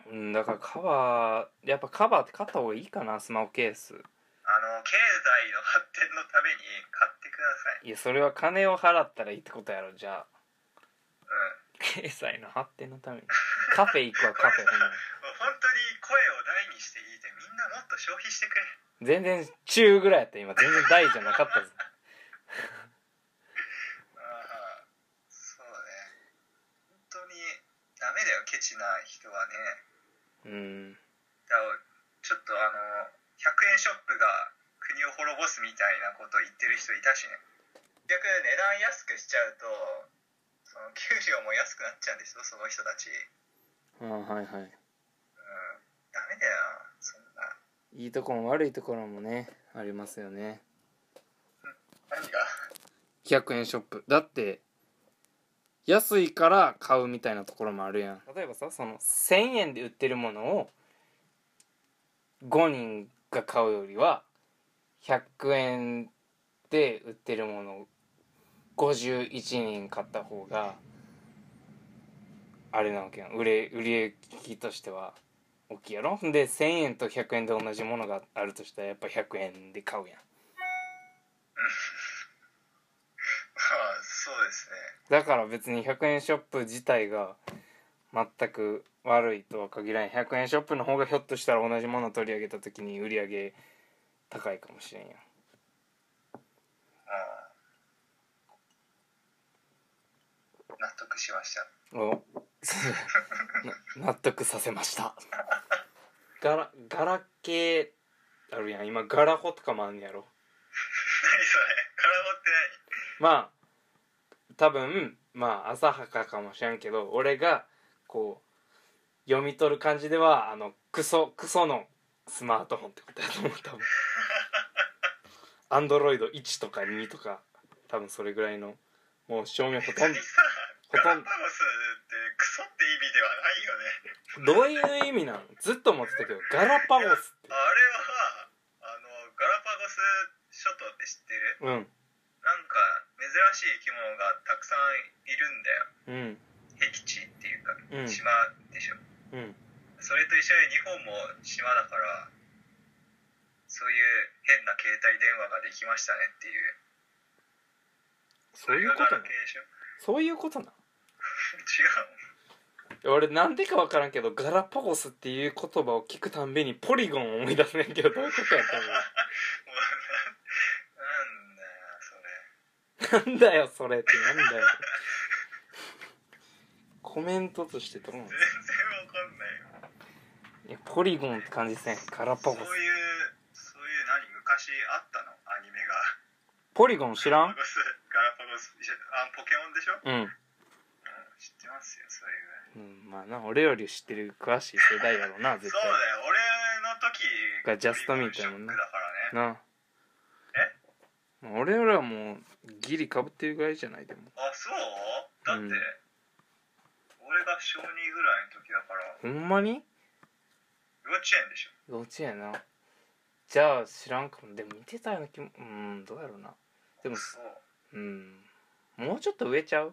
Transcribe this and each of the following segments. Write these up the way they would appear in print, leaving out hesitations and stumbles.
うん、だからやっぱカバーって買った方がいいかな、スマホケース。 経済の発展のために買ってください。 いや、それは金を払ったらいいってことやろ。じゃあうん、 経済の発展のためにカフェ行くわ、カフェ。ほんま本当に声を大にしていいで、みんなもっと消費してくれ。 全然中ぐらいやった。今全然大じゃなかったぞああ、そうね。本当にダメだよ、ケチな人はね。 うん。 だからちょっと100円ショップが国を滅ぼすみたいなことを言ってる人いたしね。結局値段安くしちゃうと、その給料も安くなっちゃうんですよ、その人たち。 ああ、はいはい。 ダメだよ、そんな。 いいところも悪いところもね、ありますよね。 何が 100円ショップだって安いから買うみたいなところもあるやん。例えばさ、その1000円で売ってるものを5人が買うよりは100円で売ってるものを51人買った方があれなわけやん。売り行きとしては大きいやろ。で1000円と100円で同じものがあるとしたらやっぱ100円で買うやん。 そうですね。 だから別に100円ショップ自体が全く悪いとは限らない。100円ショップの方がひょっとしたら同じものを取り上げた時に売り上げ高いかもしれんやん。 納得しました。 お納得させましたガラ系あるやん。今ガラホとかもあんねやろ。 何それ、ガラホってまあ多分浅はかかもしれんけど、俺がこう読み取る感じではクソのスマートフォンってことやと思う。多分アンドロイド1とか2とか多分それぐらいの、もう正面ほとんどガラパゴスってクソって意味ではないよね。 どういう意味なの？ずっと思ってたけど、ガラパゴスって。 あれはガラパゴス諸島って知ってる？ うん。 なんか珍しい生き物がたくさんいるんだよ。 うん。 僻地っていうか、 うん、 島でしょ。 うん。 それと一緒に日本も島だから、そういう変な携帯電話ができましたねっていう。 そういうことなの？そういうことなの？違う。俺なんでか分からんけど、ガラパゴスっていう言葉を聞くたんびにポリゴンを思い出すねんけど、どういうことやったの？なんだよそれってなんだよコメントとしてどうなの？ 全然わかんないよ。 いや、ポリゴンって感じですね。ガラパゴス。 そういう昔あったのアニメが。 ポリゴン知らん？ ガラパゴスポケモンでしょ？ うん。 知ってますよ、それぐらい。 まあな、俺より知ってる詳しい世代やろうな、絶対。 そうだよ、俺の時がジャストミートやもんな。 だからね。 なあ。俺らはもうギリ被ってるぐらいじゃないでも。 あ、そう？だって、俺が小2ぐらいの時だから。 ほんまに？ 幼稚園でしょ。 幼稚園な。じゃあ知らんかも。でも見てたような気も、どうやろうな。でもそう。 もうちょっと上ちゃう？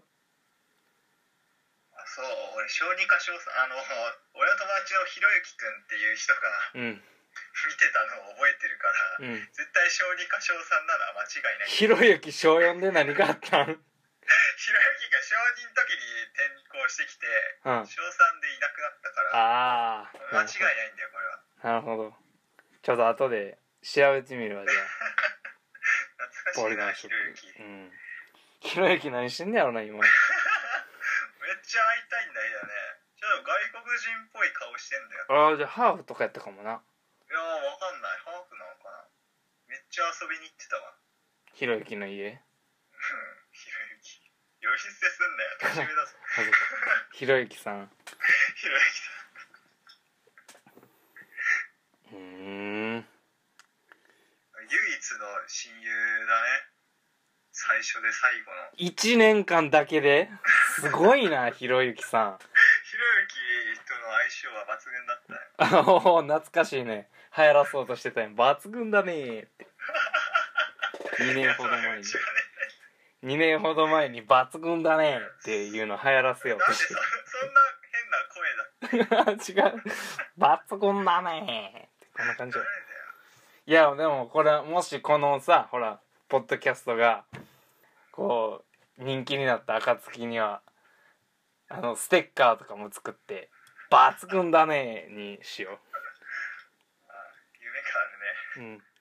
そう、俺小2か小3、俺の友達のひろゆきくんっていう人が、見てたのを覚えてるから、絶対小2か小3なのは間違いない。 ひろゆき小4で何があったん？ひろゆきが小2の時に転校してきて、小3でいなくなったから、間違いないんだよこれは。 なるほど。ちょっと後で調べてみるわ。じゃあ懐かしいな、ひろゆき。 ひろゆき何してんだろうな今。めっちゃ会いたいんだよね。ちょっと外国人っぽい顔してんだよ。 じゃあハーフとかやったかもな。 いやー、わかんない。ハーフなのかな。めっちゃ遊びに行ってたわ。ひろゆきの家。 ひろゆき呼び捨てすんなよ、年上だぞ。 ひろゆきさん。 ひろゆきさん。唯一の親友だね。最初で最後の。 1年間だけですごいな、ひろゆきさん。 ひろゆきとの相性は抜群だったよ。 懐かしいね。流行らそうとしてたよ。抜群だねーって。2年ほど前に。2年ほど前に抜群だねーっていうの流行らせようとして。 そんな変な声だっ違う抜群だねってこんな感じ。 誰だよ。 いやでもこれもしこのさほらポッドキャストがこう人気になった暁にはステッカーとかも作って抜群だねにしよあ、夢があるね。 う。うん。